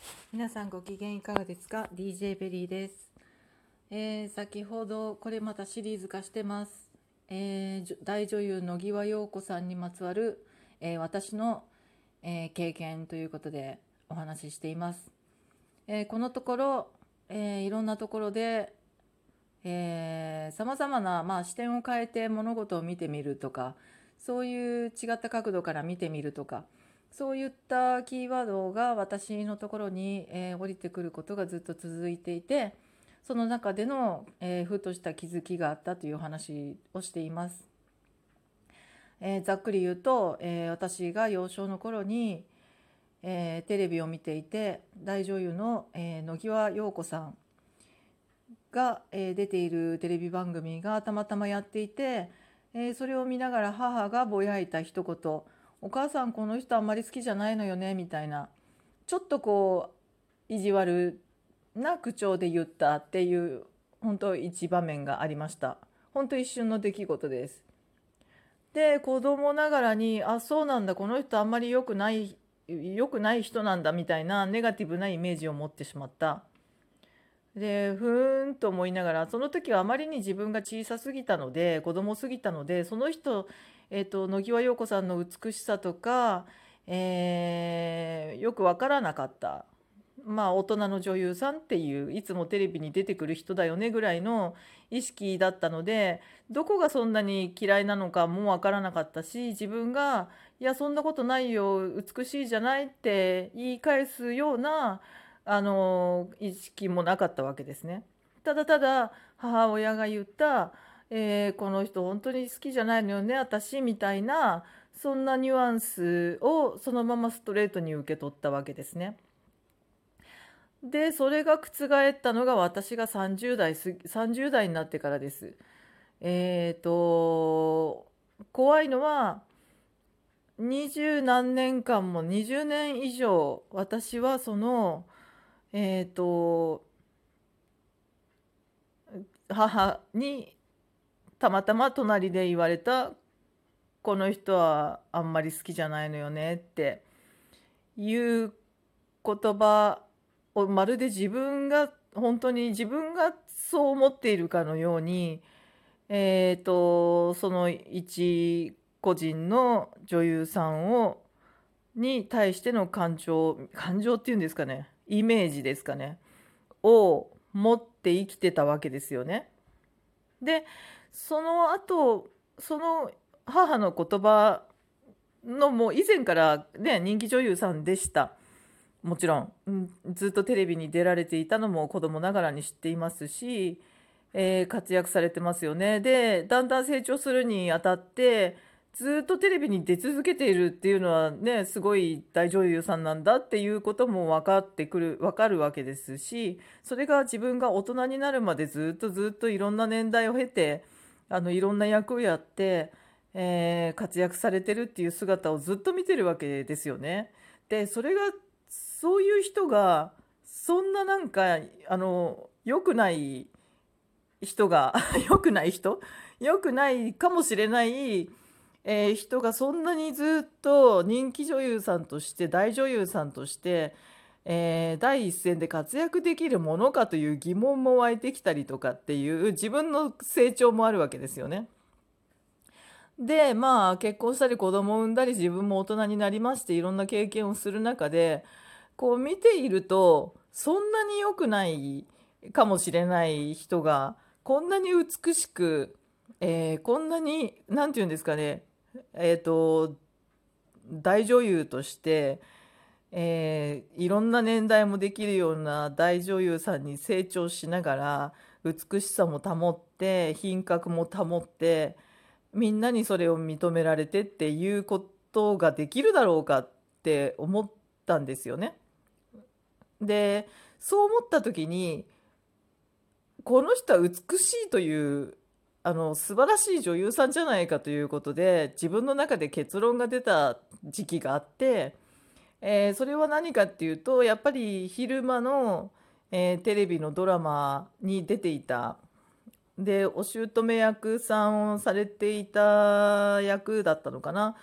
皆さんご機嫌いかがですか？ DJ ベリーです。先ほどこれまたシリーズ化してます。大女優野際陽子さんにまつわる、私の、経験ということでお話ししています。このところ、いろんなところでさまざまな、視点を変えて物事を見てみるとか、そういう違った角度から見てみるとか、そういったキーワードが私のところに、降りてくることがずっと続いていて、その中での、ふとした気づきがあったという話をしています。ざっくり言うと、私が幼少の頃に、テレビを見ていて、大女優の、野際陽子さんが、出ているテレビ番組がたまたまやっていて、それを見ながら母がぼやいた一言、お母さんこの人あんまり好きじゃないのよねみたいな、ちょっとこう意地悪な口調で言ったっていう本当一場面がありました。本当一瞬の出来事です。で、子供ながらに、あ、そうなんだ、この人あんまり良くない人なんだみたいなネガティブなイメージを持ってしまった。で、ふーんと思いながら、その時はあまりに自分が小さすぎたので、子供すぎたので、その人、野際陽子さんの美しさとか、よくわからなかった。大人の女優さんっていう、いつもテレビに出てくる人だよねぐらいの意識だったので、どこがそんなに嫌いなのかもわからなかったし、自分が、いや、そんなことないよ、美しいじゃないって言い返すような、意識もなかったわけですね。ただただ母親が言った、この人本当に好きじゃないのよね、私みたいな、そんなニュアンスをそのままストレートに受け取ったわけですね。で、それが覆ったのが私が30代になってからです。怖いのは、20何年間も20年以上、私はその、えっと、母にたまたま隣で言われた、この人はあんまり好きじゃないのよねっていう言葉を、まるで本当に自分がそう思っているかのように、その一個人の女優さんに対しての感情っていうんですかね、イメージですかね、を持って生きてたわけですよね。で、その後、その母の言葉のもう以前からね、人気女優さんでした。もちろん、ずっとテレビに出られていたのも子供ながらに知っていますし、活躍されてますよね。で、だんだん成長するにあたって、ずっとテレビに出続けているっていうのはね、すごい大女優さんなんだっていうこともわかるわけですし、それが自分が大人になるまでずっといろんな年代を経て、いろんな役をやって、活躍されてるっていう姿をずっと見てるわけですよね。で、そういう人が、そんななんか、良くない人が良くない人良くないかもしれない、人がそんなにずっと人気女優さんとして大女優さんとして、第一線で活躍できるものかという疑問も湧いてきたりとかっていう自分の成長もあるわけですよね。で、結婚したり子供を産んだり自分も大人になりましていろんな経験をする中で、こう見ているとそんなに良くないかもしれない人がこんなに美しく、こんなに何て言うんですかね、えっと大女優として、いろんな年代もできるような大女優さんに成長しながら美しさも保って品格も保ってみんなにそれを認められてっていうことができるだろうかって思ったんですよね。で、そう思った時に、この人は美しいという、素晴らしい女優さんじゃないかということで、自分の中で結論が出た時期があって、それは何かっていうと、やっぱり昼間の、テレビのドラマに出ていた、で、お姑役さんをされていた役だったのかな。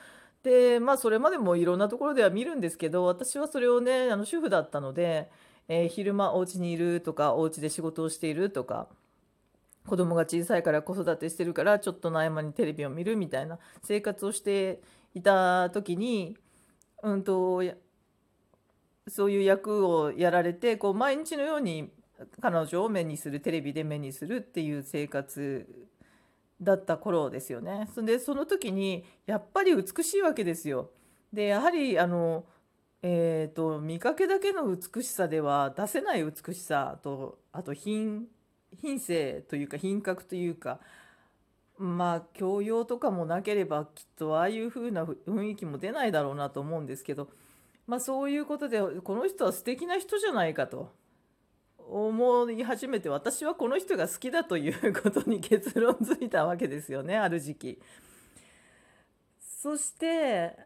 で、それまでもいろんなところでは見るんですけど、私はそれをね、主婦だったので、昼間お家にいるとか、お家で仕事をしているとか、子供が小さいから子育てしてるからちょっとの合間にテレビを見るみたいな生活をしていた時に、うんと、そういう役をやられて、こう毎日のように彼女を目にする、テレビで目にするっていう生活だった頃ですよね。そんで、その時にやっぱり美しいわけですよ。で、やはり見かけだけの美しさでは出せない美しさと、あと品性というか品格というか、教養とかもなければきっとああいう風な雰囲気も出ないだろうなと思うんですけど、そういうことでこの人は素敵な人じゃないかと思い始めて、私はこの人が好きだということに結論づいたわけですよね、ある時期。そして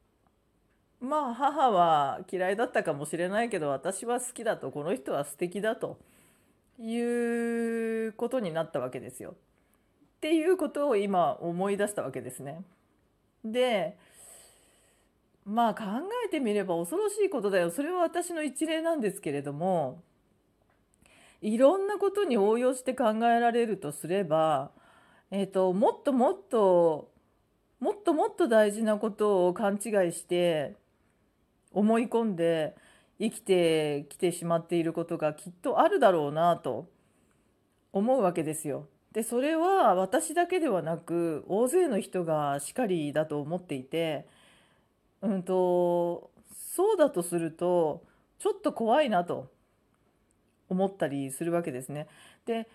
母は嫌いだったかもしれないけど、私は好きだと、この人は素敵だということになったわけですよ。っていうことを今思い出したわけですね。で、考えてみれば恐ろしいことだよ。それは私の一例なんですけれども、いろんなことに応用して考えられるとすれば、もっともっと、もっともっと大事なことを勘違いして思い込んで生きてきてしまっていることがきっとあるだろうなと思うわけですよ。で、それは私だけではなく大勢の人がしかりだと思っていて、そうだとするとちょっと怖いなと思ったりするわけですね。で、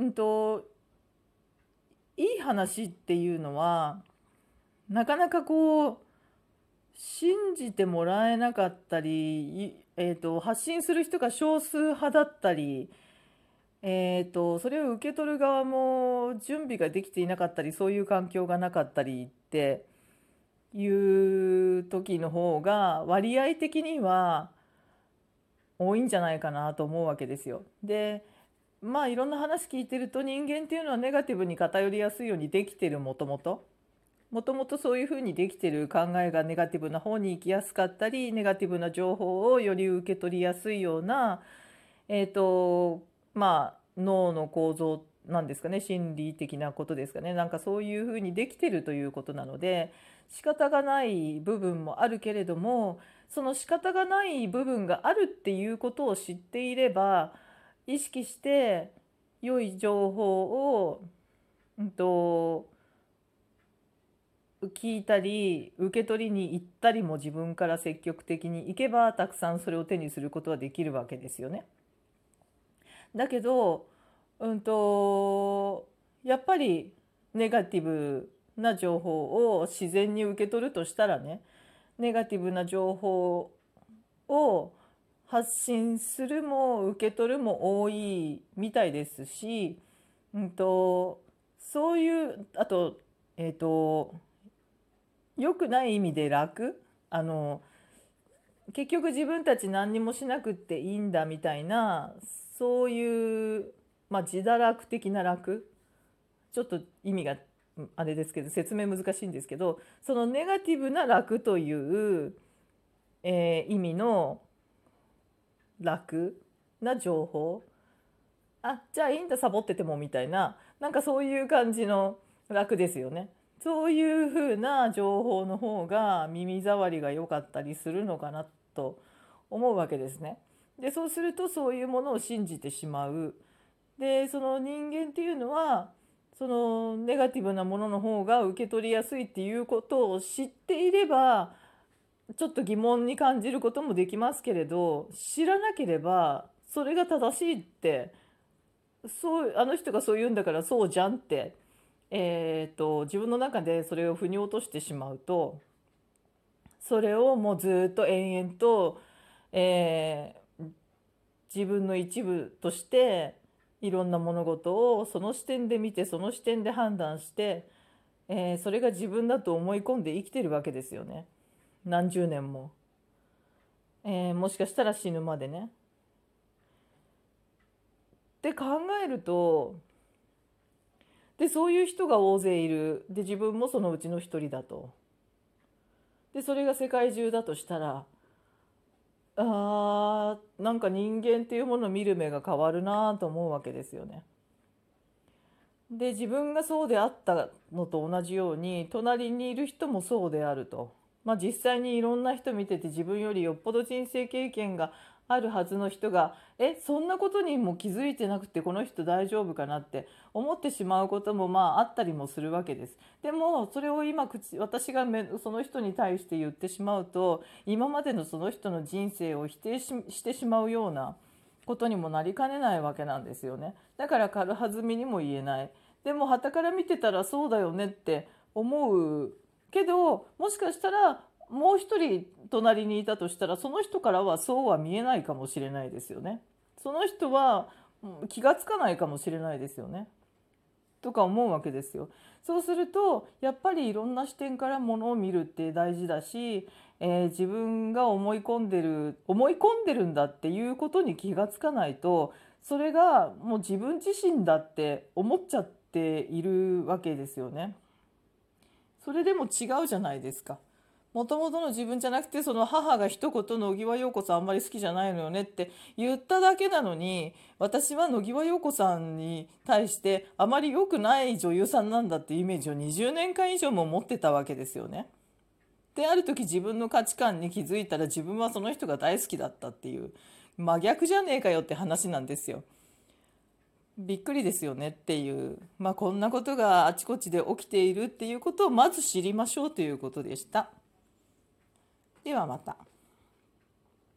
いい話っていうのはなかなかこう信じてもらえなかったり、発信する人が少数派だったり、それを受け取る側も準備ができていなかったり、そういう環境がなかったりっていう時の方が割合的には多いんじゃないかなと思うわけですよ。で、いろんな話聞いてると、人間っていうのはネガティブに偏りやすいようにできてる、もともと。もともとそういうふうにできてる、考えがネガティブな方に行きやすかったり、ネガティブな情報をより受け取りやすいような、脳の構造なんですかね、心理的なことですかね、なんかそういうふうにできてるということなので、仕方がない部分もあるけれども、その仕方がない部分があるっていうことを知っていれば、意識して良い情報を、聞いたり受け取りに行ったりも自分から積極的に行けば、たくさんそれを手にすることはできるわけですよね。だけど、やっぱりネガティブな情報を自然に受け取るとしたらね、ネガティブな情報を発信するも受け取るも多いみたいですし、そういうあと、良くない意味で楽、あの結局自分たち何にもしなくっていいんだみたいな、そういう、自堕落的な楽、ちょっと意味があれですけど説明難しいんですけど、そのネガティブな楽という、意味の楽な情報、じゃあいいんだサボっててもみたいな、なんかそういう感じの楽ですよね。そういう風な情報の方が耳障りが良かったりするのかなと思うわけですね。で、そうするとそういうものを信じてしまう。で、その人間っていうのは、そのネガティブなものの方が受け取りやすいっていうことを知っていれば、ちょっと疑問に感じることもできますけれど、知らなければそれが正しいって、あの人がそう言うんだからそうじゃんって、自分の中でそれを腑に落としてしまうと、それをもうずっと延々と、えー自分の一部としていろんな物事をその視点で見て、その視点で判断して、それが自分だと思い込んで生きてるわけですよね。何十年も、もしかしたら死ぬまでね。って考えると、でそういう人が大勢いる、で自分もそのうちの一人だとでそれが世界中だとしたら、なんか人間っていうものを見る目が変わるなと思うわけですよね。で自分がそうであったのと同じように隣にいる人もそうであると、実際にいろんな人見てて自分よりよっぽど人生経験があるはずの人がそんなことにも気づいてなくてこの人大丈夫かなって思ってしまうこともあったりもするわけです。でもそれを今私がその人に対して言ってしまうと今までのその人の人生を否定してしまうようなことにもなりかねないわけなんですよね。だから軽はずみにも言えない。でも傍から見てたらそうだよねって思うけど、もしかしたらもう一人隣にいたとしたらその人からはそうは見えないかもしれないですよね。その人は気がつかないかもしれないですよね。とか思うわけですよ。そうするとやっぱりいろんな視点からものを見るって大事だし、自分が思い込んでるんだっていうことに気がつかないと、それがもう自分自身だって思っちゃっているわけですよね。それでも違うじゃないですか。もともとの自分じゃなくて、その母が一言野際陽子さんあんまり好きじゃないのよねって言っただけなのに、私は野際陽子さんに対してあまり良くない女優さんなんだっていうイメージを20年間以上も持ってたわけですよね。である時自分の価値観に気づいたら自分はその人が大好きだったっていう、真逆じゃねえかよって話なんですよ。びっくりですよねっていう、こんなことがあちこちで起きているっていうことをまず知りましょうということでした。ではまた。